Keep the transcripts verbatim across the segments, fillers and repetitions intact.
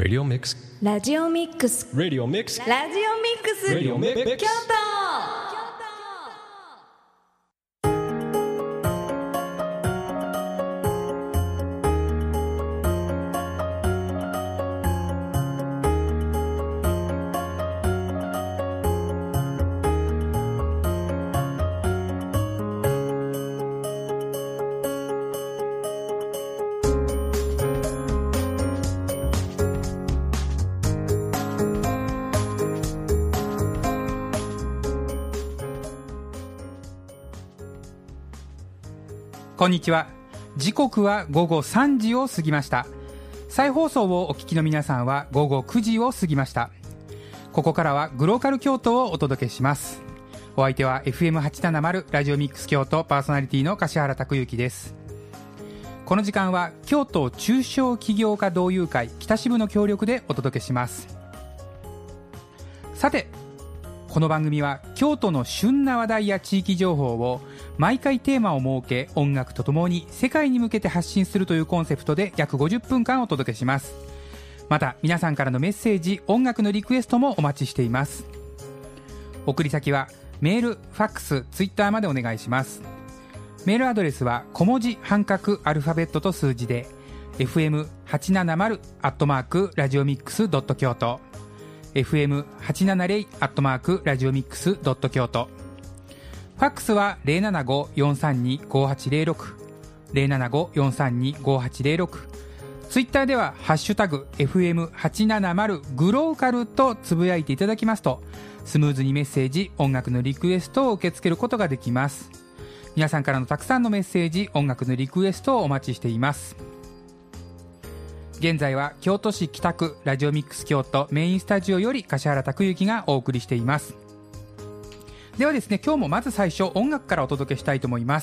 Radio Mix ラジオミックス Radio Mix ラジオミックス Radio Mix 京こんにちは。時刻は午後さんじを過ぎました。再放送をお聞きの皆さんは午後くじを過ぎました。ここからはグローカル京都をお届けします。お相手は エフエムはちななまる ラジオミックス京都パーソナリティの柏原拓之です。この時間は京都中小企業家同友会北支部の協力でお届けします。さて、この番組は京都の旬な話題や地域情報を毎回テーマを設け、音楽とともに世界に向けて発信するというコンセプトで約ごじゅっぷんかんお届けします。また皆さんからのメッセージ、音楽のリクエストもお待ちしています。送り先はメール、ファックス、ツイッターまでお願いします。メールアドレスは小文字半角アルファベットと数字で エフエムはちななまる アットマークラジオミックスドット京都 エフエムはちななゼロ アットマークラジオミックスドット京都。ファックスは ゼロななご よんさんに ごはちゼロろく ゼロななご よんさんに ごはちゼロろく。ツイッターではハッシュタグ エフエムはちななまる グローカルとつぶやいていただきますと、スムーズにメッセージ、音楽のリクエストを受け付けることができます。皆さんからのたくさんのメッセージ、音楽のリクエストをお待ちしています。現在は京都市北区ラジオミックス京都メインスタジオより柏原拓之がお送りしています。ではですね、今日もまず最初音楽からお届けしたいと思います。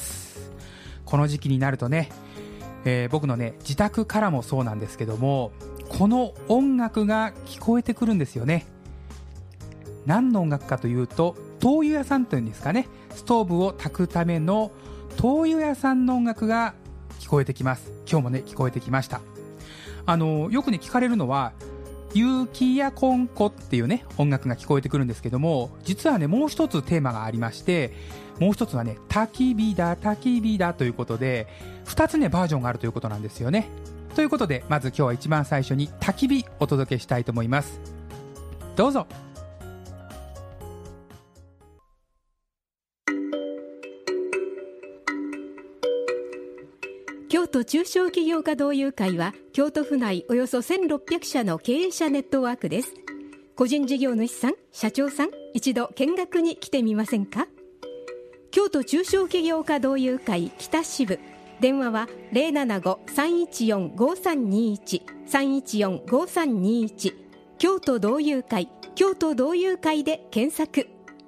この時期になるとね、えー、僕のね自宅からもそうなんですけども、この音楽が聞こえてくるんですよね。何の音楽かというと、灯油屋さんというんですかね、ストーブを焚くための灯油屋さんの音楽が聞こえてきます。今日もね聞こえてきました。あのよくね聞かれるのは雪やこんこっていうね音楽が聞こえてくるんですけども、実はねもう一つテーマがありまして、もう一つはね焚き火だ焚き火だということで、二つねバージョンがあるということなんですよね。ということで、まず今日は一番最初に焚き火お届けしたいと思います。どうぞ。 京都中小企業家同友会は京都府内およそせんろっぴゃくしゃの経営者ネットワークです。個人事業主さん、社長さん、一度見学に来てみませんか。京都中小企業家同友会北支部、電話は ゼロななご さんいちよん ごさんにいち さんいちよん ごさんにいち、京都同友会、京都同友会で検索。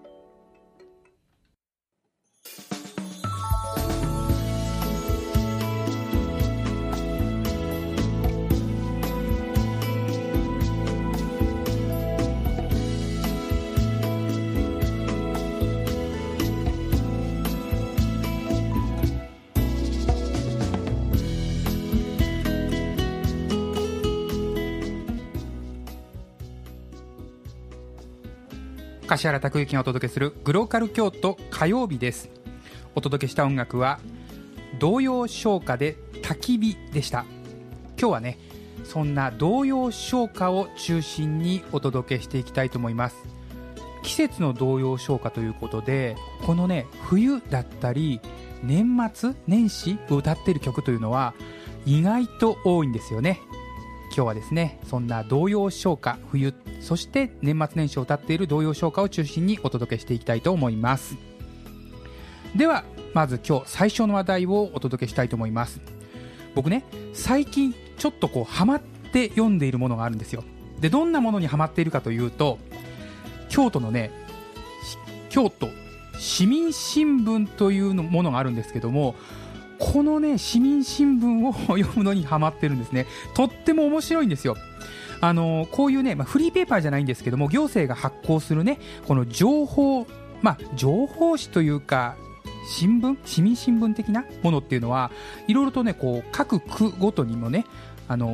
柏原拓之がお届けするグローカル京都火曜日です。お届けした音楽は童謡唱歌で焚き火でした。今日はねそんな童謡唱歌を中心にお届けしていきたいと思います。季節の童謡唱歌ということで、このね冬だったり年末年始を歌っている曲というのは意外と多いんですよね。今日はですねそんな童謡唱歌、冬そして年末年始を歌っている童謡唱歌を中心にお届けしていきたいと思います。ではまず今日最初の話題をお届けしたいと思います。僕ね最近ちょっとこうハマって読んでいるものがあるんですよ。でどんなものにハマっているかというと、京都のね京都市民新聞というのものがあるんですけども、このね市民新聞を読むのにハマってるんですね。とっても面白いんですよ。あのこういうね、まあ、フリーペーパーじゃないんですけども、行政が発行するねこの情報、まあ情報誌というか新聞、市民新聞的なものっていうのは、いろいろとねこう各区ごとにもねあの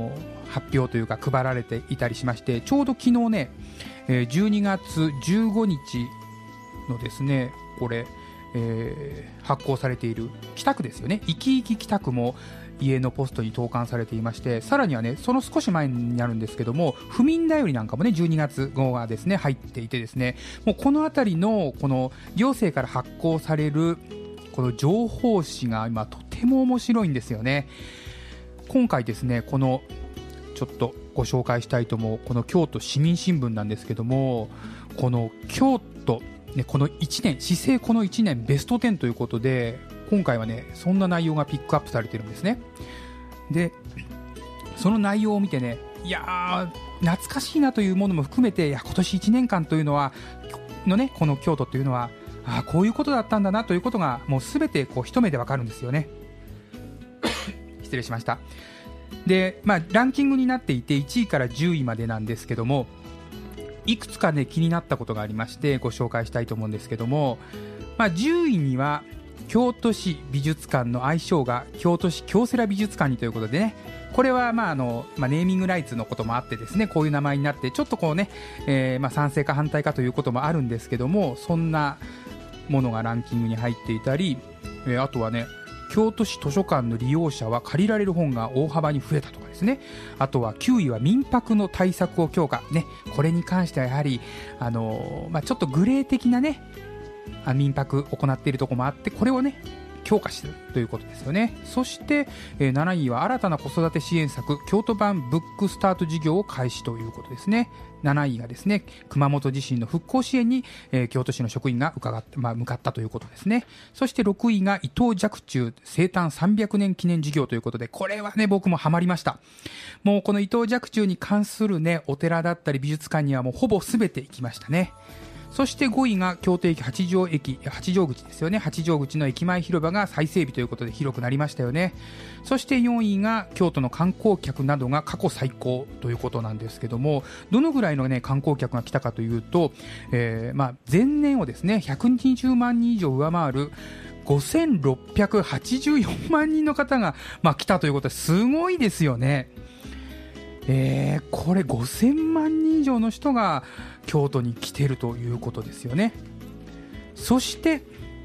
発表というか配られていたりしまして、ちょうど昨日ね、えー、じゅうにがつじゅうごにちのですね、これ、えー、発行されている北区ですよね、いきいき北区も家のポストに投函されていまして、さらにはね、その少し前になるんですけども、府民だよりなんかもね、じゅうにがつ号がですね入っていてですね、もうこのあたりのこの行政から発行されるこの情報誌が今とても面白いんですよね。今回ですね、このちょっとご紹介したいと思うこの京都市民新聞なんですけども、この京都、ね、このいちねん、市政このいちねんベストじゅうということで、今回はねそんな内容がピックアップされてるんですね。でその内容を見てね、いやー懐かしいなというものも含めて、いや今年いちねんかんというのはのね、この京都というのはあこういうことだったんだなということがもうすべてこう一目でわかるんですよね失礼しました。で、まあ、ランキングになっていていちいからじゅういまでなんですけども、いくつかね気になったことがありましてご紹介したいと思うんですけども、まあ、じゅういには京都市美術館の愛称が京都市京セラ美術館にということでね、これはまああの、まあ、ネーミングライツのこともあってですね、こういう名前になってちょっとこうね、えーまあ、賛成か反対かということもあるんですけども、そんなものがランキングに入っていたり、えー、あとはね、京都市図書館の利用者は借りられる本が大幅に増えたとかですね、あとはきゅういは民泊の対策を強化、ね、これに関してはやはり、あのーまあ、ちょっとグレー的なね民泊行っているところもあって、これをね強化しているということですよね。そして、えー、なないは新たな子育て支援策京都版ブックスタート事業を開始ということですね。なないがですね、熊本地震の復興支援に、えー、京都市の職員が伺っ、まあ、向かったということですね。そしてろくいが伊藤若冲生誕さんびゃくねん記念事業ということで、これはね僕もハマりました。もうこの伊藤若冲に関するねお寺だったり美術館にはもうほぼ全て行きましたね。そしてごいが京都駅八条駅八条口ですよね。八条口の駅前広場が再整備ということで広くなりましたよね。そしてよんいが京都の観光客などが過去最高ということなんですけども、どのぐらいの、ね、観光客が来たかというと、えーまあ、前年をですねひゃくにじゅうまんにん以上上回るごせんろっぴゃくはちじゅうよんまんにんの方が、まあ、来たということですごいですよね。えー、これごせんまんにん以上の人が京都に来てるということですよね。そして、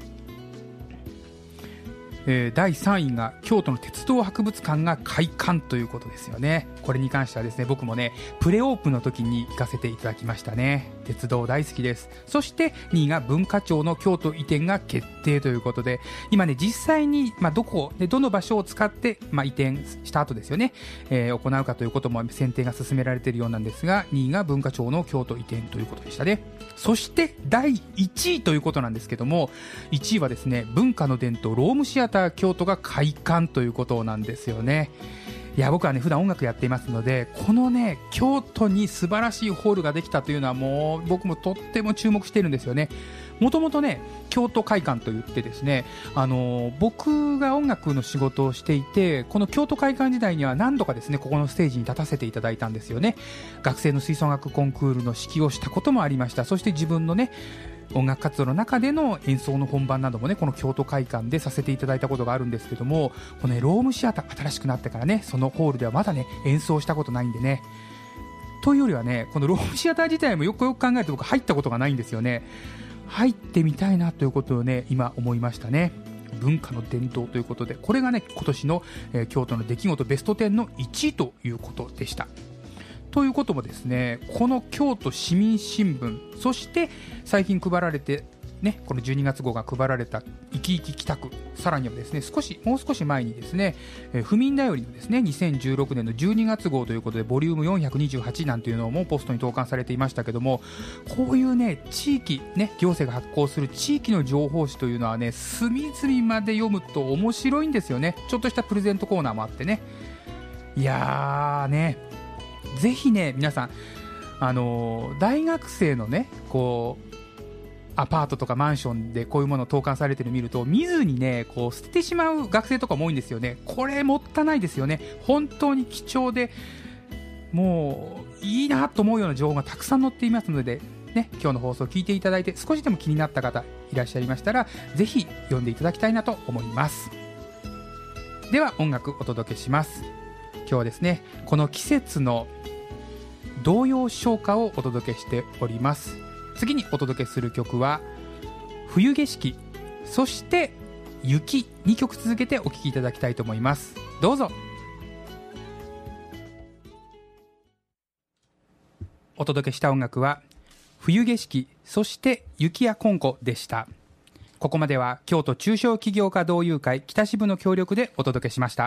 えー、だいさんいが京都の鉄道博物館が開館ということですよね。これに関してはですね、僕もねプレオープンの時に行かせていただきましたね。鉄道大好きです。そしてにいが文化庁の京都移転が決定ということで、今ね実際に、まあ、どこでどの場所を使って、まあ、移転した後ですよね、えー、行うかということも選定が進められているようなんですが、にいが文化庁の京都移転ということでしたね。そしてだいいちいということなんですけども、いちいはですね文化の伝統ロームシアター京都が開館ということなんですよね。いや僕はね普段音楽やっていますので、このね京都に素晴らしいホールができたというのはもう僕もとっても注目しているんですよね。もともとね京都会館といってですね、あのー、僕が音楽の仕事をしていて、この京都会館時代には何度かですねここのステージに立たせていただいたんですよね。学生の吹奏楽コンクールの指揮をしたこともありました。そして自分のね音楽活動の中での演奏の本番などもねこの京都会館でさせていただいたことがあるんですけども、この、ね、ロームシアター新しくなってからねそのホールではまだね演奏したことないんでね、というよりはねこのロームシアター自体もよくよく考えると僕入ったことがないんですよね。入ってみたいなということをね今思いましたね。文化の伝統ということで、これがね今年の、えー、京都の出来事ベストじゅうのいちいということでした。ということもですね、この京都市民新聞、そして最近配られてね、このじゅうにがつごうが配られたいきいき北区、さらにはですね少しもう少し前にですね、えー、府民だよりのですねにせんじゅうろくねんのじゅうにがつ号ということでボリュームよんひゃくにじゅうはちなんていうのもポストに投函されていましたけども、こういうね地域ね行政が発行する地域の情報誌というのはね隅々まで読むと面白いんですよね。ちょっとしたプレゼントコーナーもあってね、いやーねぜひね皆さん、あのー、大学生のねこうアパートとかマンションでこういうものを投函されてるのを見ると、見ずにねこう捨ててしまう学生とかも多いんですよね。これもったいないですよね。本当に貴重でもういいなと思うような情報がたくさん載っていますのでね、今日の放送を聞いていただいて少しでも気になった方いらっしゃいましたらぜひ読んでいただきたいなと思います。では音楽お届けします。今日はですね、この季節の童謡唱歌をお届けしております。次にお届けする曲は冬景色、そして雪、にきょく続けてお聴きいただきたいと思います。どうぞ。お届けした音楽は冬景色、そして雪や金庫でした。ここまでは京都中小企業家同友会北支部の協力でお届けしました。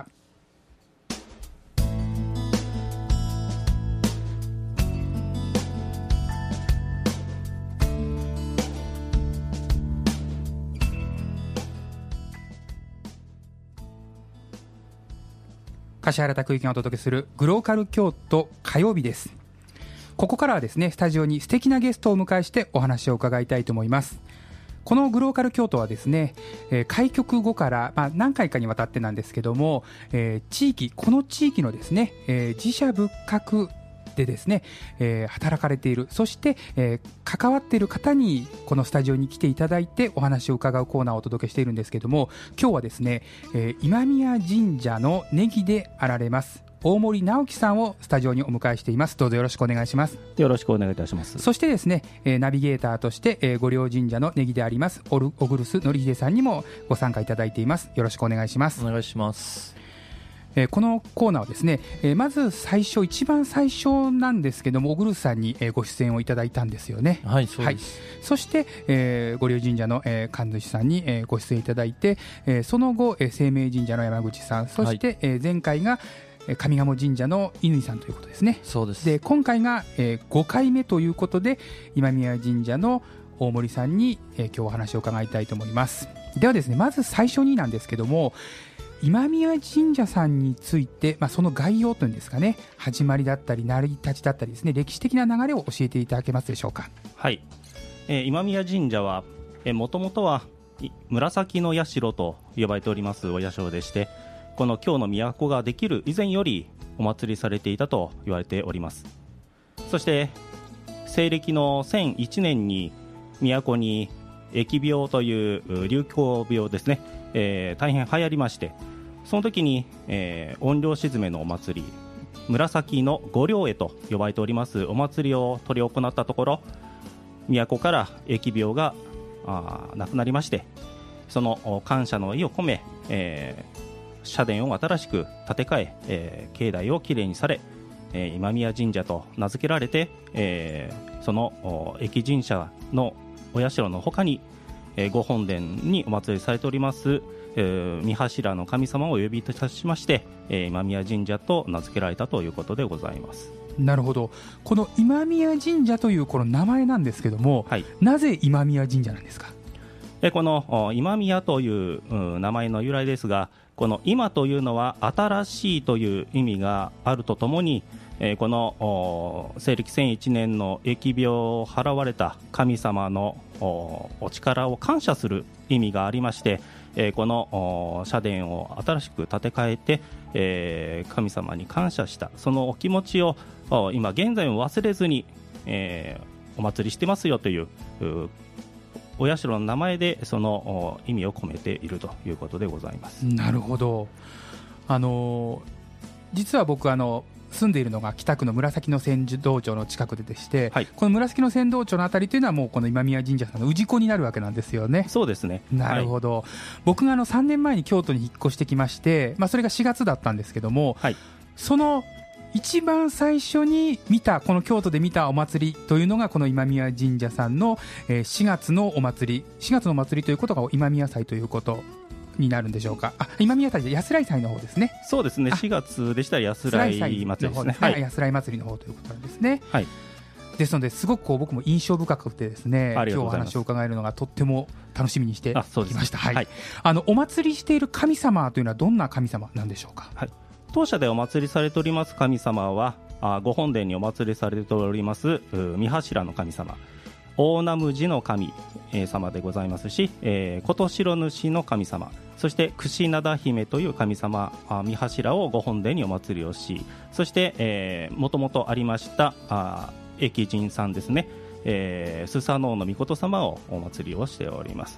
橿原拓之がお届けするグローカル京都火曜日です。ここからはですね、スタジオに素敵なゲストをお迎えしてお話を伺いたいと思います。このグローカル京都はですね、えー、開局後から、まあ、何回かにわたってなんですけども、えー、地域この地域のですね、えー、自社仏閣でですね、えー、働かれている、そして、えー、関わっている方にこのスタジオに来ていただいてお話を伺うコーナーをお届けしているんですけども、今日はですね、えー、今宮神社の禰宜であられます大森直樹さんをスタジオにお迎えしています。どうぞよろしくお願いします。 よろしくお願いいたします。 そしてですね、えー、ナビゲーターとして、えー、御陵神社の禰宜であります小栗須典秀さんにもご参加いただいています。よろしくお願いします。 お願いします。 えー、このコーナーはですね、えー、まず最初一番最初なんですけども、小栗さんに、えー、ご出演をいただいたんですよね。 はい、そうです。 はい、そして、えー、御陵神社の、えー、神主さんに、えー、ご出演いただいて、えー、その後、えー、晴明神社の山口さん、そして、はい、えー、前回が上賀茂神社の乾さんということですね。 そうです。 で今回が、えー、ごかいめということで今宮神社の大森さんに、えー、今日お話を伺いたいと思います。ではですね、まず最初になんですけども、今宮神社さんについて、まあ、その概要というんですかね、始まりだったり成り立ちだったりですね、歴史的な流れを教えていただけますでしょうか。 はい、えー、今宮神社はもともとは紫の社と呼ばれておりますお社でして、この京の都ができる以前よりお祭りされていたと言われております。そして西暦のせんいちねんに都に疫病という流行病ですね、えー、大変流行りまして、その時に、えー、怨霊鎮めのお祭り、紫の御霊会と呼ばれておりますお祭りを執り行ったところ、都から疫病があなくなりまして、その感謝の意を込め、えー社殿を新しく建て替ええー、境内をきれいにされ、えー、今宮神社と名付けられて、えー、その駅神社のお社の他に、えー、ご本殿にお祭りされております、えー、御柱の神様をお呼びいたしまして、えー、今宮神社と名付けられたということでございます。 なるほど。この今宮神社というこの名前なんですけども、 はい、 なぜ今宮神社なんですか。 でこの今宮という、うん、名前の由来ですが、この今というのは新しいという意味があるとともに、えー、この西暦せんいちねんの疫病を払われた神様の お, お力を感謝する意味がありまして、えー、この社殿を新しく建て替えて、えー、神様に感謝したそのお気持ちを今現在も忘れずに、えー、お祭りしてますよというお社の名前でその意味を込めているということでございます。 なるほど。あの実は僕あの住んでいるのが北区の紫の千道町の近くででして、はい、この紫の千道町のあたりというのはもうこの今宮神社さんの氏子になるわけなんですよね。 そうですね。 なるほど、はい、僕があのさんねんまえに京都に引っ越してきまして、まあ、それがしがつだったんですけども、はい、その一番最初に見たこの京都で見たお祭りというのがこの今宮神社さんのしがつのお祭り、しがつのお祭りということが今宮祭ということになるんでしょうか。あ、今宮祭で安来祭の方ですね。 そうですね、しがつでしたら安来祭りですね。はい、 安来祭りの方ということなんですね。 はい、 ですのですごくこう僕も印象深くてですね、今日お話を伺えるのがとっても楽しみにしてきました。はいはい、あのお祭りしている神様というのはどんな神様なんでしょうか。 はい、当社でお祭りされております神様はあご本殿にお祭りされております御柱の神様、大名無寺の神、えー、様でございますし、えー、琴白主の神様、そして櫛灘姫という神様あ御柱をご本殿にお祭りをし、そして、えー、もともとありましたあ駅神さんですね、えー、スサノオの御事様をお祭りをしております。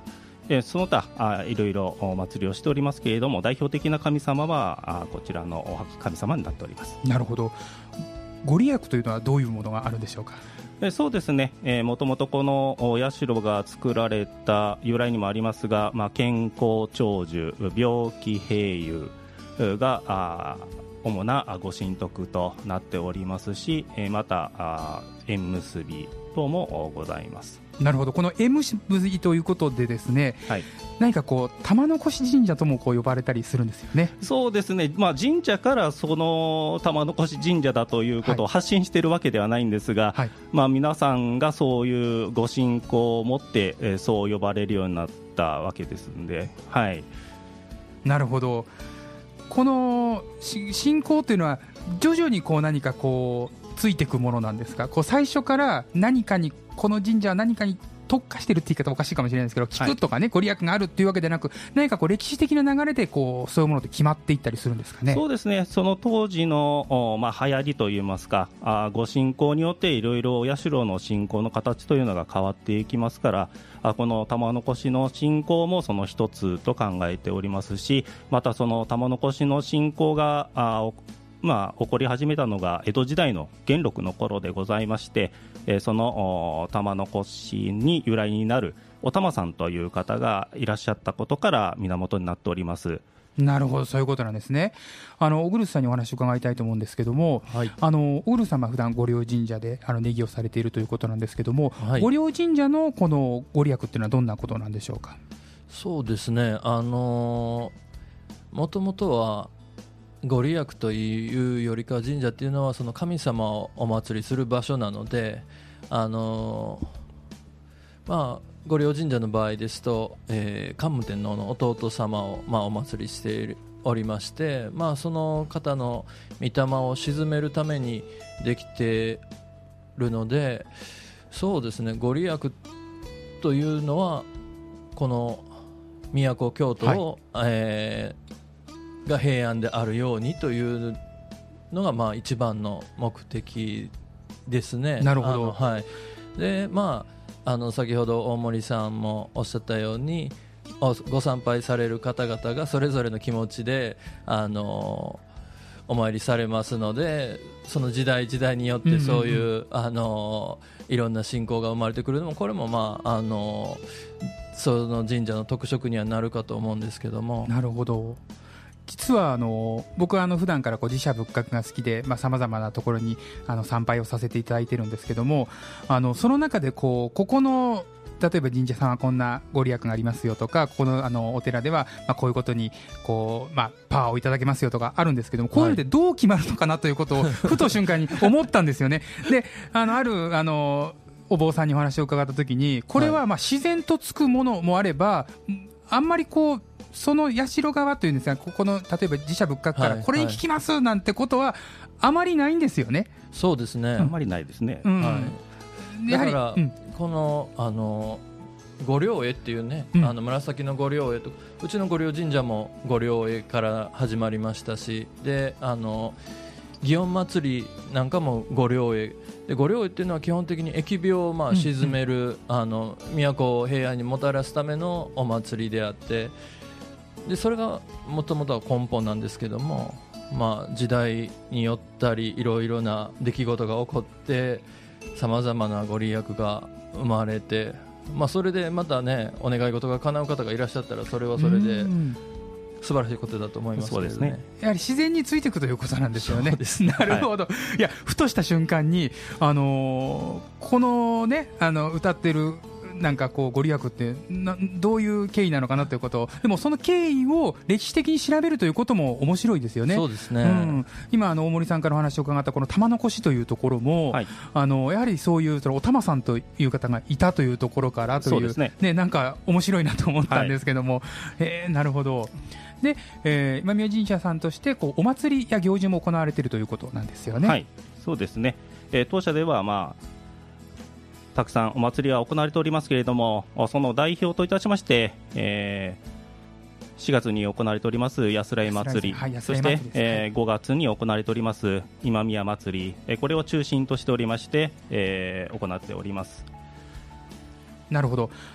えー、その他あいろいろお祭りをしておりますけれども、代表的な神様はあこちらの神様になっております。 なるほど。ご利益というのはどういうものがあるんでしょうか。 えそうですね、えー、もともとこの社が作られた由来にもありますが、まあ、健康長寿、病気併誘があ主なご神徳となっておりますし、えー、またあ縁結び等もございます。 なるほど。この縁結びということでですね、 はい、 何かこう玉の輿神社ともこう呼ばれたりするんですよね。 そうですね、まあ、神社からその玉の輿神社だということを発信しているわけではないんですが、はい、まあ、皆さんがそういうご信仰を持って、えー、そう呼ばれるようになったわけですので、はい、 なるほど。この信仰というのは徐々にこう何かこうついていくものなんですか。こう最初から何かに、この神社は何かに特化してるって言い方おかしいかもしれないですけど、聞くとかね、はい、ご利益があるっていうわけでなく、何かこう歴史的な流れでこうそういうものって決まっていったりするんですかね。 そうですね、その当時の、まあ、流行りといいますか、あご信仰によっていろいろお社の信仰の形というのが変わっていきますから、あこの玉の輿の信仰もその一つと考えておりますし、またその玉の輿の信仰があまあ、起こり始めたのが江戸時代の元禄の頃でございまして、えー、その玉の輿に由来になるお玉さんという方がいらっしゃったことから源になっております。 なるほど、そういうことなんですね。あの小栗さんにお話を伺いたいと思うんですけども、はい、あの小栗さんは普段御陵神社であのネギをされているということなんですけども、はい、御陵神社のこのご利益っていうのはどんなことなんでしょうか。 そうですね、あのもともとはご利益というよりか神社っていうのはその神様をお祭りする場所なので、あのまあ御陵神社の場合ですと、えー、桓武天皇の弟様を、まあ、お祭りしておりまして、まあ、その方の御霊を鎮めるためにできているので、そうですね、ご利益というのはこの都京都を、はい、えーが平安であるようにというのがまあ一番の目的ですね。 なるほど。 はい。で、まああの先ほど大森さんもおっしゃったように、ご参拝される方々がそれぞれの気持ちであのお参りされますので、その時代時代によってそういう、うんうんうん、あのいろんな信仰が生まれてくるのも、これもまああのその神社の特色にはなるかと思うんですけども。 なるほど。実はあの僕はあの普段からこう寺社仏閣が好きでさまざ、まなところにあの参拝をさせていただいているんですけども、あのその中でこうここの例えば神社さんはこんなご利益がありますよとか、ここのあのお寺ではまあこういうことにこう、まあ、パワーをいただけますよとかあるんですけども、こういうのでどう決まるのかなということをふと瞬間に思ったんですよね。で、あのあるあのお坊さんにお話を伺ったときに、これはまあ自然とつくものもあれば、あんまりこうその社側というんですが、ここの例えば寺社仏閣からこれに聞きますなんてことはあまりないんですよね。 そうですね、 あんまりないですね、 うんはい、だから、うん、このあの御陵絵っていうね、うん、あの紫の御陵絵と、うちの御陵神社も御陵絵から始まりましたし、であの祇園祭なんかも御陵絵で、御陵絵っていうのは基本的に疫病をまあ鎮める、うんうん、あの都を平安にもたらすためのお祭りであって、でそれがもともとは根本なんですけども、まあ、時代によったりいろいろな出来事が起こってさまざまなご利益が生まれて、まあ、それでまたねお願い事が叶う方がいらっしゃったら、それはそれで素晴らしいことだと思いますけどね。そうですね、 やはり自然についていくということなんですよね。 そうですねなるほど、はい、いやふとした瞬間に、あのー、このねあの歌ってるなんかこうご利益ってなどういう経緯なのかなということを、でもその経緯を歴史的に調べるということも面白いですよね。 そうですね、 うん、今あの大森さんからお話を伺ったこの玉の輿というところも、はい、あのやはりそういうそのお玉さんという方がいたというところからという、そうですね、ね、なんか面白いなと思ったんですけども、はい、えー、なるほど。で、えー、今宮神社さんとしてこうお祭りや行事も行われているということなんですよね。 はい、そうですね、えー、当社ではまあたくさんお祭りは行われておりますけれども、その代表といたしまして、えー、しがつに行われておりますやすらい祭り、はい、そして、えー、ごがつに行われております今宮祭り、えー、これを中心としておりまして、えー、行っております。 なるほど。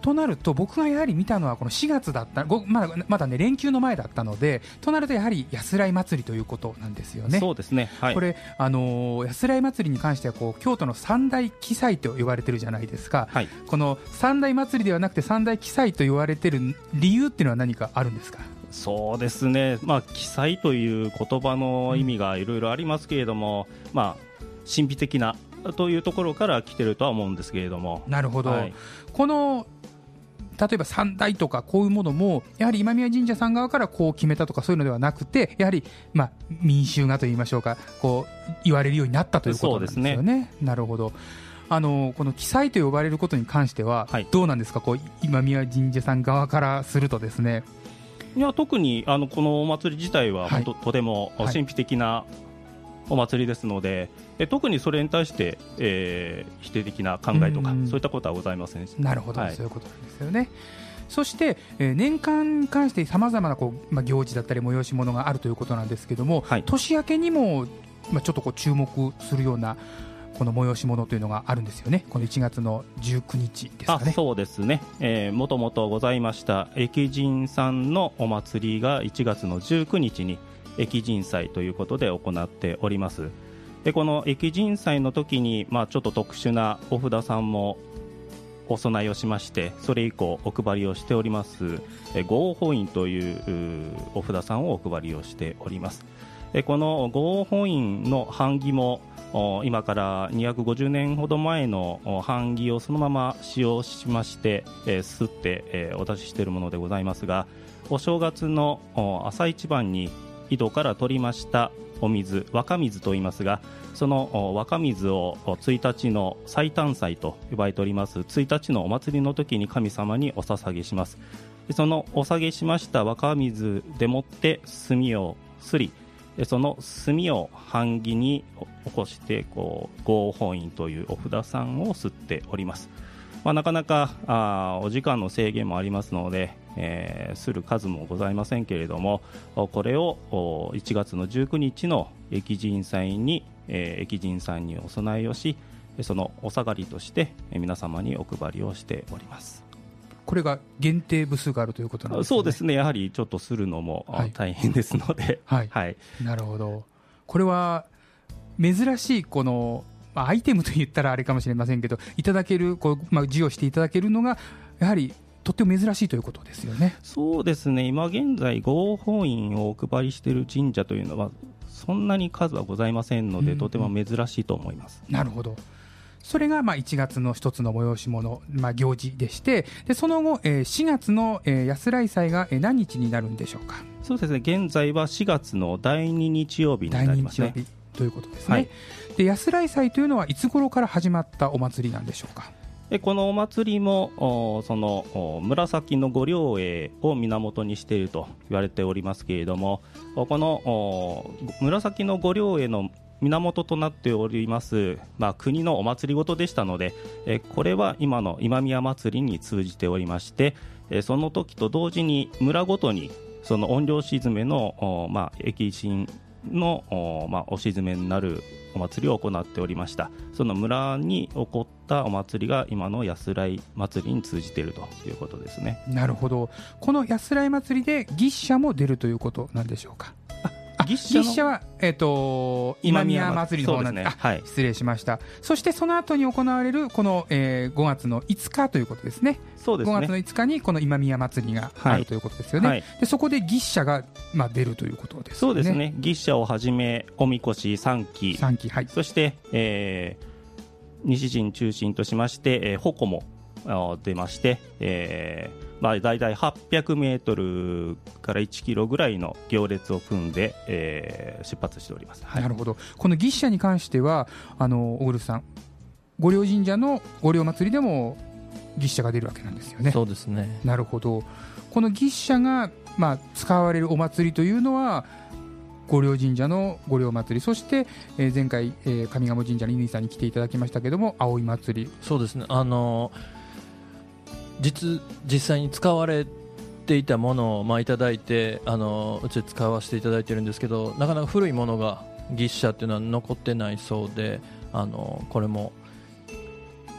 となると僕がやはり見たのはこのしがつだった、ごまだ、まだね連休の前だったので、となるとやはり安来祭りということなんですよね。 そうですね、はい、 これ、あのー、安来祭りに関してはこう京都の三大奇祭と呼ばれてるじゃないですか、はい、この三大祭りではなくて三大奇祭と言われてる理由っていうのは何かあるんですか？ そうですね、まあ、奇祭という言葉の意味がいろいろありますけれども、うん、まあ、神秘的なというところから来てるとは思うんですけれども。 なるほど、 はい、 この例えば三大とかこういうものもやはり今宮神社さん側からこう決めたとかそういうのではなくて、やはりまあ民衆がといいましょうか、こう言われるようになったということなんですよね。そうですね。なるほど。あのこの奇祭と呼ばれることに関してはどうなんですか、こう今宮神社さん側からするとですね。 いや特にあのこのお祭り自体は、はい、と, とても神秘的なお祭りですので、はい、え特にそれに対して、えー、否定的な考えとかそういったことはございません。 なるほど、はい、そういうことなんですよね。そして、えー、年間に関してさまざまなこう、まあ、行事だったり催し物があるということなんですけども、はい、年明けにも、まあ、ちょっとこう注目するようなこの催し物というのがあるんですよね。このいちがつのじゅうくにちですかね。 あ、そうですね、えー、もともとございました駅神さんのお祭りがいちがつのじゅうくにちに駅神祭ということで行っております。でこの駅神祭の時に、まあ、ちょっと特殊なお札さんもお供えをしまして、それ以降お配りをしております御本院というお札さんをお配りをしております。でこの御本院の版木も今からにひゃくごじゅうねんほど前の版木をそのまま使用しまして、えー、すって、えー、お出ししているものでございますが、お正月の朝一番に井戸から取りましたお水、若水と言いますが、その若水をついたちの祭誕祭と呼ばれておりますついたちのお祭りの時に神様にお捧げします。でそのお下げしました若水でもって炭をすり、でその炭を版木に起こしてこう御本院というお札さんをすっております。まあ、なかなかあお時間の制限もありますので、えー、する数もございませんけれども、これをいちがつのじゅうくにちの駅神祭に、えー、駅神さんにお供えをし、そのお下がりとして皆様にお配りをしております。 これが限定部数があるということなんですね。 そうですね、やはりちょっとするのも大変ですので、 はいはいはい、なるほど。これは珍しいこのまあ、アイテムと言ったらあれかもしれませんけど、いただけるこう、まあ、授与していただけるのがやはりとっても珍しいということですよね。 そうですね、今現在御本院をお配りしている神社というのはそんなに数はございませんので、うんうん、とても珍しいと思います。 なるほど。それがまあいちがつの一つの催し物、まあ、行事でして、でその後、えー、しがつの、えー、安来祭が、えー、何日になるんでしょうか。 そうですね、現在はしがつのだいに日曜日になりますね。 だいに日曜日ということですね。はい、で安来祭というのはいつ頃から始まったお祭りなんでしょうか。 えこのお祭りもその紫の御霊会を源にしていると言われておりますけれども、この紫の御霊会の源となっております、まあ、国のお祭りごとでしたので、えこれは今の今宮祭りに通じておりまして、えその時と同時に村ごとにその怨霊鎮めの、まあ、駅神の、まあ、お鎮めになるお祭りを行っておりました。その村に起こったお祭りが今の安来祭りに通じているということですね。 なるほど。この安来祭りで牛車も出るということなんでしょうか。牛車は、えー、と今宮祭りの方なんで、ね、はい、失礼しました。そしてその後に行われるこの、えー、ごがつのいつかということですね。 そうですね、 ごがつのいつかにこの今宮祭りがあるということですよね。はい、でそこで牛車が、まあ、出るということですね。 そうですね、牛車をはじめおみこしさんき、 さんき、はい、 そして、えー、西陣中心としまして、えー、鉾も出まして、えーまあ、大体はっぴゃくメートルからいちキロぐらいの行列を組んで、えー、出発しております。はい、 なるほど。この牛車に関してはあの小栗さん、御霊神社の御霊祭りでも牛車が出るわけなんですよね。 そうですね。 なるほど。この牛車が、まあ、使われるお祭りというのは御霊神社の御霊祭り、そして、えー、前回、えー、上賀茂神社の乾さんに来ていただきましたけども葵祭り。 そうですね、あの実, 実際に使われていたものを、まあ、いただいてあのうちで使わせていただいてるんですけど、なかなか古いものが牛車っていうのは残ってないそうで、あのこれも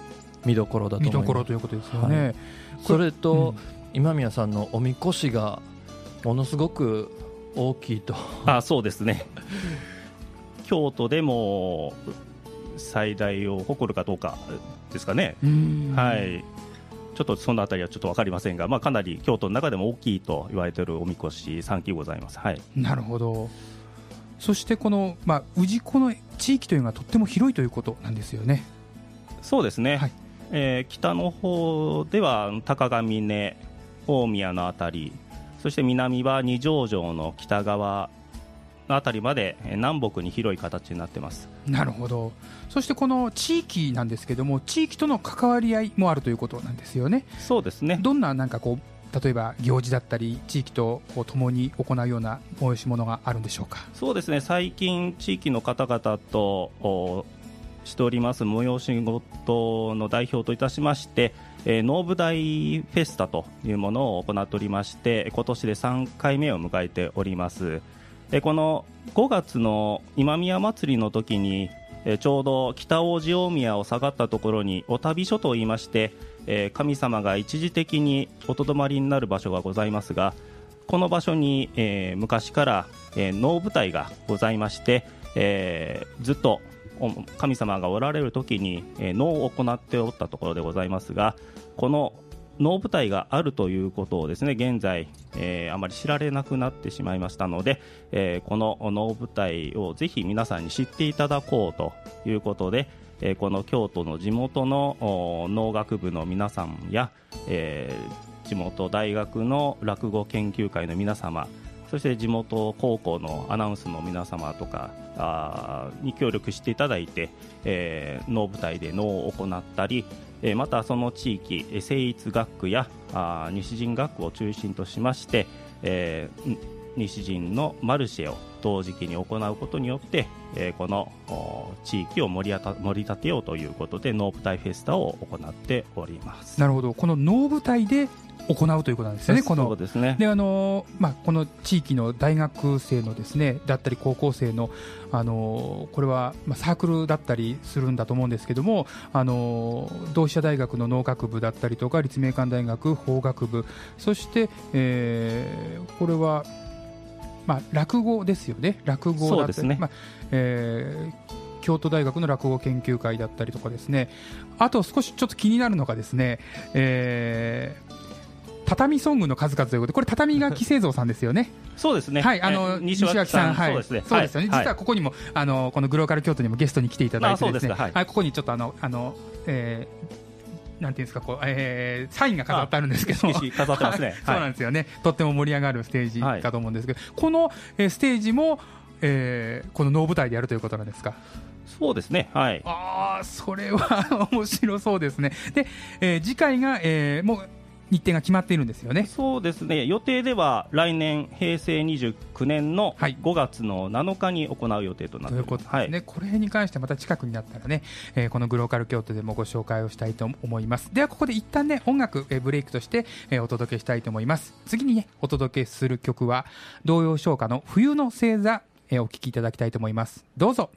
見どころだと思います。 見どころということですよね、はい、 それと、うん、今宮さんのおみこしがものすごく大きいと。 あ、そうですね京都でも最大を誇るかどうかですかね。はい、ちょっとそのあたりはちょっと分かりませんが、まあ、かなり京都の中でも大きいと言われているおみこしさんきございます。はい、 なるほど。そしてこの、まあ、氏子の地域というのがとっても広いということなんですよね。 そうですね、 はい、 えー、北の方では高ヶ峰、大宮のあたり、そして南は二条城の北側のあたりまで南北に広い形になっています。 なるほど。そしてこの地域なんですけども、地域との関わり合いもあるということなんですよね。 そうですね。 どんななんかこう例えば行事だったり地域とこう共に行うような催し物があるんでしょうか。 そうですね、最近地域の方々としております催し事の代表といたしまして、えー、能舞台フェスタというものを行っておりまして、今年でさんかいめを迎えております。えー、このごがつの今宮祭りの時に、えー、ちょうど北大路大宮を下がったところにお旅所といいまして、えー、神様が一時的におとどまりになる場所がございますが、この場所に、えー、昔から、えー、能舞台がございまして、えー、ずっと神様がおられる時に、えー、能を行っておったところでございますが、この能舞台があるということをですね、現在、えー、あまり知られなくなってしまいましたので、えー、この能舞台をぜひ皆さんに知っていただこうということで、えー、この京都の地元の能楽部の皆さんや、えー、地元大学の落語研究会の皆様、そして地元高校のアナウンスの皆様とかあに協力していただいて、えー、能舞台で能を行ったり、えー、またその地域成立学区やあ西陣学区を中心としまして、えー、西陣のマルシェを同時期に行うことによって、えー、この地域を盛りあた盛り立てようということで能舞台フェスタを行っております。 なるほど。この能舞台で行うということなんですよね。このそうですね。 で、あのまあ、この地域の大学生のですねだったり高校生の、あのこれは、まあ、サークルだったりするんだと思うんですけども、あの同志社大学の能楽部だったりとか立命館大学法学部、そして、えー、これは、まあ、落語ですよね。落語だったり、 そうですね。 まあえー京都大学の落語研究会だったりとかですね。あと少しちょっと気になるのがですね、えー畳ソングの数々ということで、これ畳垣製造さんですよね。 そうですね。 はい、あの西脇さん、はい、そうですね。そうですよね。実はここにも、あのこのグローカル京都にもゲストに来ていただいてですね、はい、ここにちょっとあのあの、えー、なんていうんですか、こう、えー、サインが飾ってあるんですけど、 色紙飾ってますね。 そうなんですよね。とっても盛り上がるステージかと思うんですけど、この、えー、ステージも、えー、この能舞台でやるということなんですか。 そうですね。はい。 ああ、それは面白そうですね。で、えー、次回が、えー、もう日程が決まっているんですよね。 そうですね。予定では来年平成にじゅうきゅうねんのごがつのなのかに行う予定となっています。ということですね。はい、これに関してまた近くになったらね、えー、このグローカル京都でもご紹介をしたいと思います。ではここで一旦ね、音楽、えー、ブレイクとして、えー、お届けしたいと思います。次にね、お届けする曲は童謡唱歌の冬の星座、えー、お聴きいただきたいと思います。どうぞ。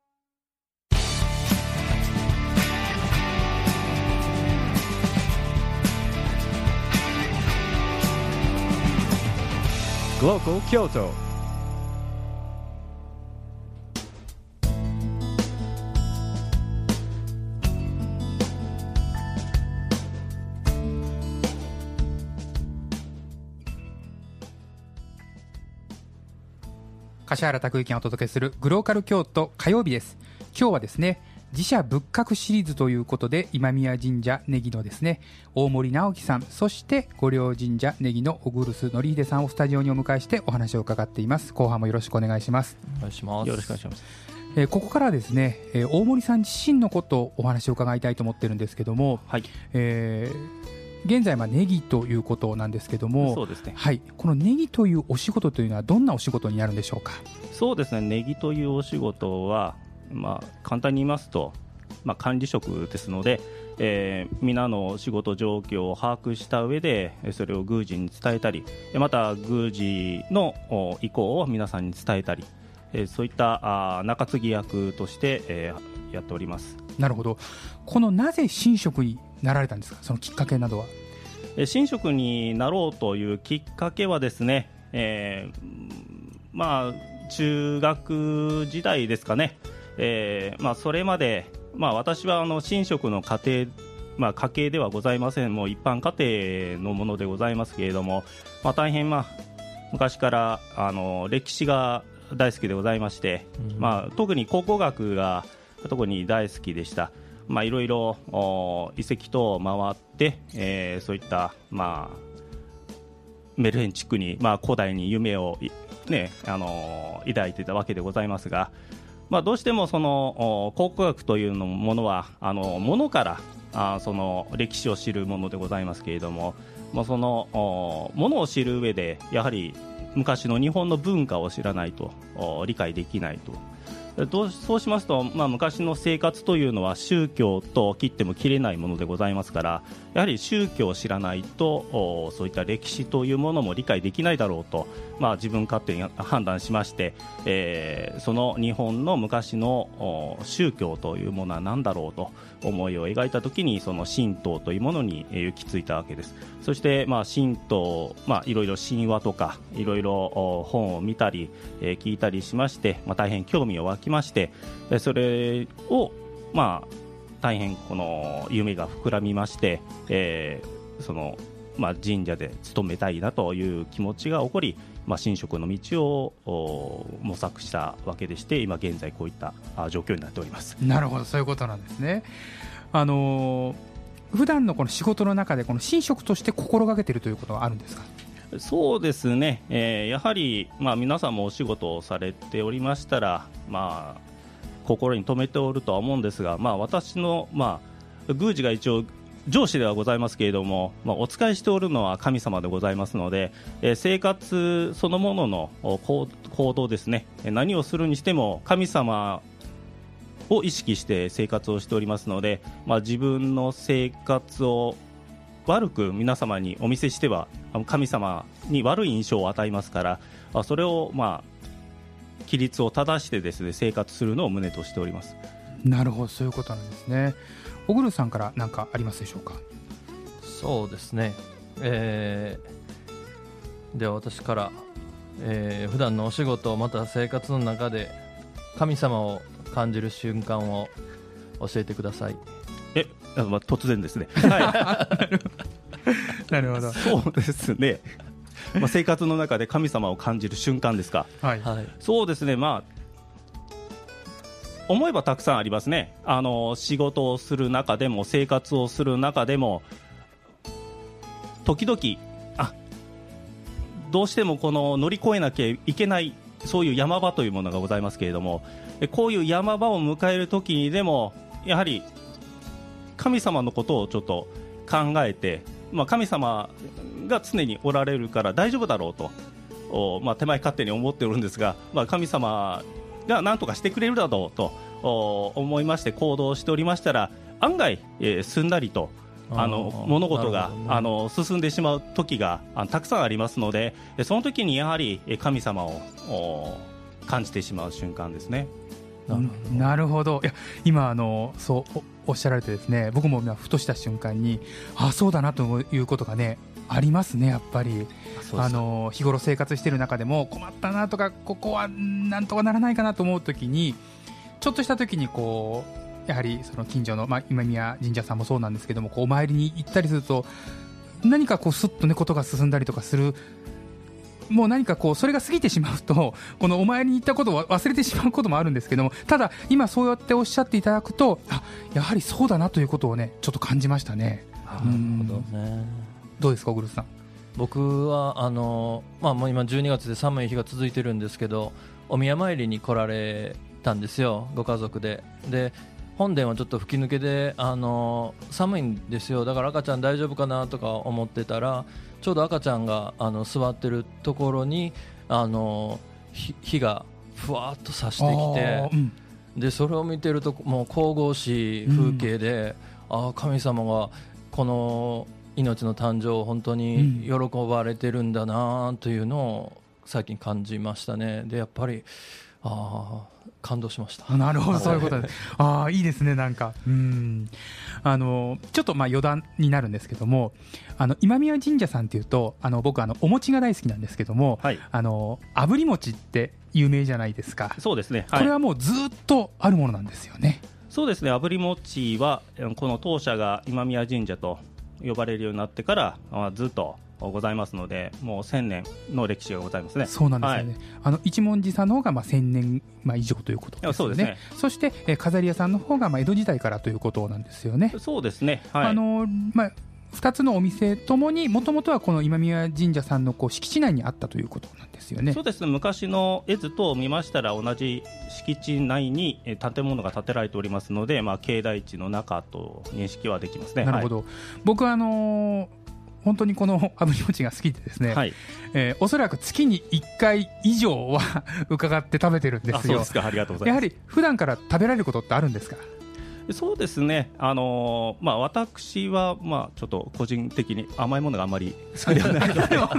Global Kyoto. 柏原拓之がお届けするグローカル京都火曜日です。今日はですね、寺社仏閣シリーズということで、今宮神社ネギのですね大森直樹さん、そして御陵神社ネギの小黒須典秀さんをスタジオにお迎えしてお話を伺っています。後半もよろしくお願いします。 お願いします。 よろしくお願いします。 えー、ここからはですね、えー、大森さん自身のことをお話を伺いたいと思ってるんですけども、 はい、 えー、現在まあネギということなんですけども、 そうですね、 はい、このネギというお仕事というのはどんなお仕事になるんでしょうか。 そうですね、ネギというお仕事は、まあ、簡単に言いますと、まあ、管理職ですので、えー、皆の仕事状況を把握した上でそれを宮司に伝えたり、また宮司の意向を皆さんに伝えたり、えー、そういったあ中継ぎ役として、えー、やっております。 なるほど。このなぜ神職になられたんですか、そのきっかけなどは。 え神職になろうというきっかけはですね、えー、まあ中学時代ですかね、えーまあ、それまで、まあ、私はあの神職の家庭、まあ、家系ではございません、もう一般家庭のものでございますけれども、まあ、大変、まあ、昔からあの歴史が大好きでございまして、うんまあ、特に考古学が特に大好きでした。まあ、いろいろ遺跡等を回って、えー、そういった、まあ、メルヘン地区に、まあ、古代に夢を、ね、あの抱いていたわけでございますが、まあ、どうしてもその考古学というのものはあの物からあその歴史を知るものでございますけれども、まあ、そのものを知る上でやはり昔の日本の文化を知らないと理解できないと。どうそうしますと、まあ、昔の生活というのは宗教と切っても切れないものでございますから、やはり宗教を知らないとそういった歴史というものも理解できないだろうと、まあ、自分勝手に判断しまして、えー、その日本の昔の宗教というものは何だろうと思いを描いたときに、その神道というものに行き着いたわけです。そして、まあ、神道、まあ、いろいろ神話とかいろいろ本を見たり、えー、聞いたりしまして、まあ、大変興味を湧きまして、それを、まあ、大変この夢が膨らみまして、えーそのまあ、神社で勤めたいなという気持ちが起こり、まあ、神職の道を模索したわけでして、今現在こういった状況になっております。 なるほど、そういうことなんですね。あのー、普段のこの仕事の中でこの神職として心がけているということはあるんですか？ そうですね、えー、やはり、まあ、皆さんもお仕事をされておりましたら、まあ、心に留めておるとは思うんですが、まあ、私の、まあ、宮司が一応上司ではございますけれども、まあ、お仕えしておるのは神様でございますので、えー、生活そのものの行動ですね、何をするにしても神様を意識して生活をしておりますので、まあ、自分の生活を悪く皆様にお見せしては神様に悪い印象を与えますから、それを、まあ、規律を正してですね、生活するのを旨としております。 なるほど、そういうことなんですね。小黒さんから何かありますでしょうか？ そうですね、えー、では私から、えー、普段のお仕事また生活の中で神様を感じる瞬間を教えてください。 え、まあ、突然ですね、はい、 なるほど。 そうですね、まあ、生活の中で神様を感じる瞬間ですか？ はい、 そうですね、まあ思えばたくさんありますね。あの仕事をする中でも生活をする中でも時々あどうしてもこの乗り越えなきゃいけないそういう山場というものがございますけれども、こういう山場を迎える時にでもやはり神様のことをちょっと考えて、まあ、神様が常におられるから大丈夫だろうと、まあ、手前勝手に思っておるんですが、まあ、神様が何とかしてくれるだろうと思いまして行動しておりましたら、案外、えー、すんなりとあの物事が、ね、あの進んでしまう時があのたくさんありますので、その時にやはり神様を感じてしまう瞬間ですね。 なるほど。なるほど。いや今あのそうおっしゃられてですね、僕もふとした瞬間にあそうだなということがねありますね。やっぱりあの日頃生活している中でも困ったなとかここはなんとかならないかなと思う時にちょっとした時にこうやはりその近所の、まあ、今宮神社さんもそうなんですけどもこうお参りに行ったりすると何かこうスッとねことが進んだりとかする、もう何かこうそれが過ぎてしまうとこのお参りに行ったことを忘れてしまうこともあるんですけども、ただ今そうやっておっしゃっていただくとあやはりそうだなということをねちょっと感じましたね。 なるほどね。 どうですか小黒さん？ 僕はあの、まあ、もう今じゅうにがつで寒い日が続いてるんですけどお宮参りに来られたんですよ、ご家族で。で本殿はちょっと吹き抜けであの寒いんですよ。だから赤ちゃん大丈夫かなとか思ってたらちょうど赤ちゃんがあの座ってるところにあの火がふわっと差してきて、うん、でそれを見てるともう神々しい風景で、うん、あ神様がこの命の誕生を本当に喜ばれてるんだなというのを最近感じましたね。でやっぱりあ感動しました。 なるほど、そういうことです。ああ、いいですね。なんかうんあのちょっとまあ余談になるんですけども、あの今宮神社さんっていうと、あの僕あのお餅が大好きなんですけども、 はい、 あの炙り餅って有名じゃないですか。 そうですね、はい、 これはもうずっとあるものなんですよね。 そうですね、炙り餅はこの当社が今宮神社と呼ばれるようになってからずっとございますので、もうせんねんの歴史がございますね。 そうなんですよね、はい、あの一文字さんの方がまあせんねん以上ということですよね。 そうですね。 そして、えー、飾り屋さんの方がまあ江戸時代からということなんですよね。 そうですね、はい、 あのまあふたつのお店ともにもともとはこの今宮神社さんのこう敷地内にあったということなんですよね。 そうですね、昔の絵図と見ましたら同じ敷地内に建物が建てられておりますので、まあ、境内地の中と認識はできますね。 なるほど、はい、僕はあのー、本当にこの炙り餅が好きでですね、はい、えー、おそらく月にいっかい以上は伺って食べてるんですよ。 あ、そうですか、ありがとうございます。 やはり普段から食べられることってあるんですか？ そうですね、あのーまあ、私は、まあ、ちょっと個人的に甘いものがあまり好きではないの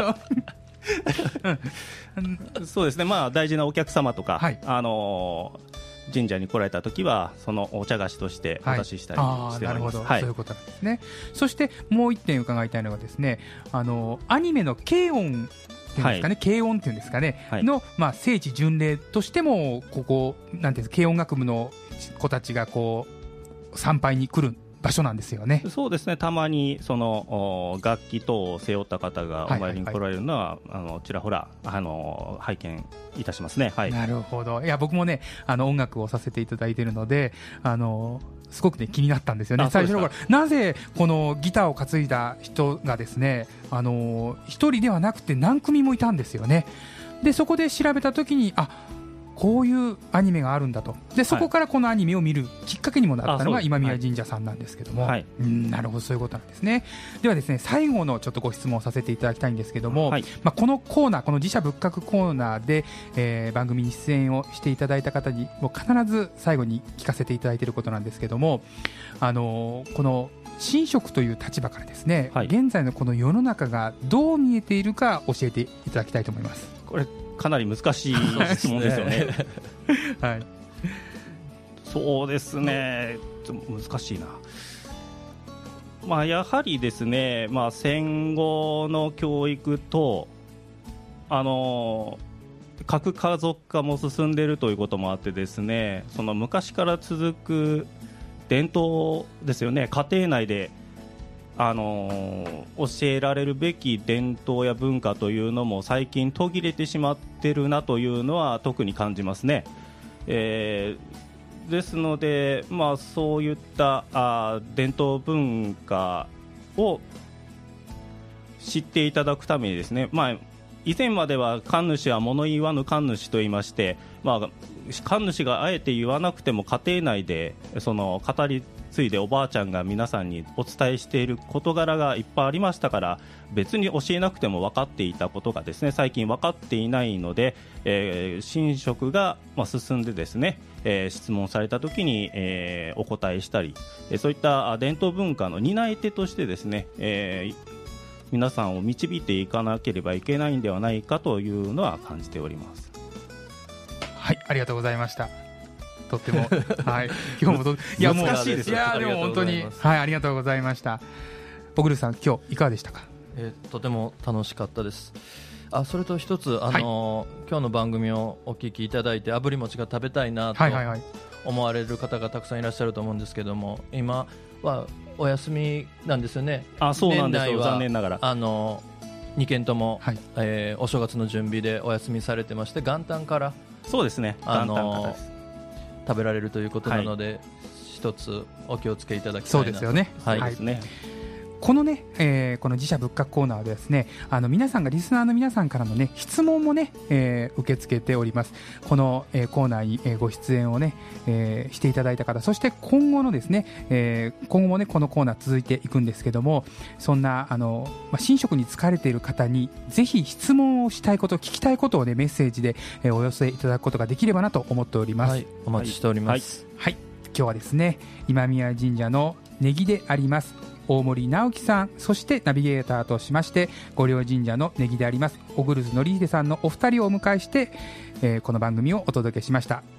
でそうですね、まあ、大事なお客様とか、はい、あのー、神社に来られた時はそのお茶菓子としてお出ししたりしております。 はい、そういうことなんですね。そしてもう一点伺いたいのがですね、あのー、アニメの軽音っていうんですかね、軽音っていうんですかね、はい、の、まあ、聖地巡礼としてもここなんていうんですか、軽音楽部の子たちがこう参拝に来る場所なんですよね。 そうですね、たまにその楽器等を背負った方がお参りに来られるのは、はいはいはい、あのちらほらあの拝見いたしますね。はい、なるほど。いや僕もね、あの音楽をさせていただいているので、あのすごく、ね、気になったんですよね。最初の頃なぜこのギターを担いだ人がですね、あの一人ではなくて何組もいたんですよね。でそこで調べた時に、あ、こういうアニメがあるんだと。でそこからこのアニメを見るきっかけにもなったのが今宮神社さんなんですけども、はい、うん、なるほど、そういうことなんですね。ではですね、最後のちょっとご質問をさせていただきたいんですけども、はい、まあ、このコーナー、この自社仏閣コーナーで、えー、番組に出演をしていただいた方にも必ず最後に聞かせていただいていることなんですけども、あのー、この神職という立場からですね、はい、現在のこの世の中がどう見えているか教えていただきたいと思います。 これかなり難しい質問ですよね。 はい、 そうですね、難しいな。まあ、やはりですね、まあ、戦後の教育とあの核家族化も進んでいるということもあってですね、その昔から続く伝統ですよね、家庭内であのー、教えられるべき伝統や文化というのも最近途切れてしまってるなというのは特に感じますね。えー、ですので、まあ、そういったあ伝統文化を知っていただくためにですね、まあ、以前までは神主は物言わぬ神主と言いまして、まあ、神主があえて言わなくても家庭内でその語り継いでおばあちゃんが皆さんにお伝えしている事柄がいっぱいありましたから、別に教えなくても分かっていたことがですね、最近分かっていないので、えー、神職がまあ進んでですね、えー、質問された時に、えー、お答えしたり、そういった伝統文化の担い手としてですね、えー、皆さんを導いていかなければいけないんではないかというのは感じております。 はい、ありがとうございました。とっても、はい、今日もといやもう難しいです。いやでも本当に、はい、ありがとうございました。小栗さん、今日いかがでしたか？ えー、とても楽しかったです。あ、それと一つ、あのーはい、今日の番組をお聞きいただいて炙り餅が食べたいなと思われる方がたくさんいらっしゃると思うんですけども、今はお休みなんですよね。 あ、そうなんですよ、残念ながら。 あのー、にけんとも、はい、えー、お正月の準備でお休みされてまして、元旦からそうですね、 あのー、元旦からです食べられるということなので、はい、一つお気をつけいただきたいなと。 そうですよね、 はい、 はい、 ですね。 このね、えー、この自社仏閣コーナーでですね、あの皆さんがリスナーの皆さんからのね質問もね、えー、受け付けております。この、えー、コーナーに、えー、ご出演をね、えー、していただいた方、そして今後のですね、えー、今後もねこのコーナー続いていくんですけども、そんなあの、まあ、神職に就かれている方にぜひ質問をしたいこと、聞きたいことをねメッセージで、えー、お寄せいただくことができればなと思っております。 はい、お待ちしております。 はい、はい、今日はですね、今宮神社のネギであります大森直樹さん、そしてナビゲーターとしまして御陵神社のネギであります小栗則秀さんのお二人をお迎えして、えー、この番組をお届けしました。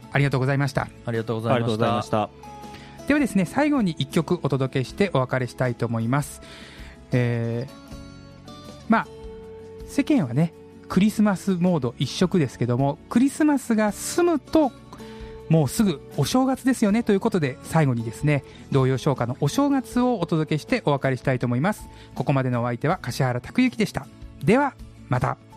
ありがとうございました。 ありがとうごありがとうございましたざいました。 ではですね、最後にいっきょくお届けしてお別れしたいと思います。えー、まあ世間はねクリスマスモード一色ですけども、クリスマスが済むともうすぐお正月ですよねということで、最後にですね童謡唱歌のお正月をお届けしてお別れしたいと思います。ここまでのお相手は柏原拓之でした。ではまた。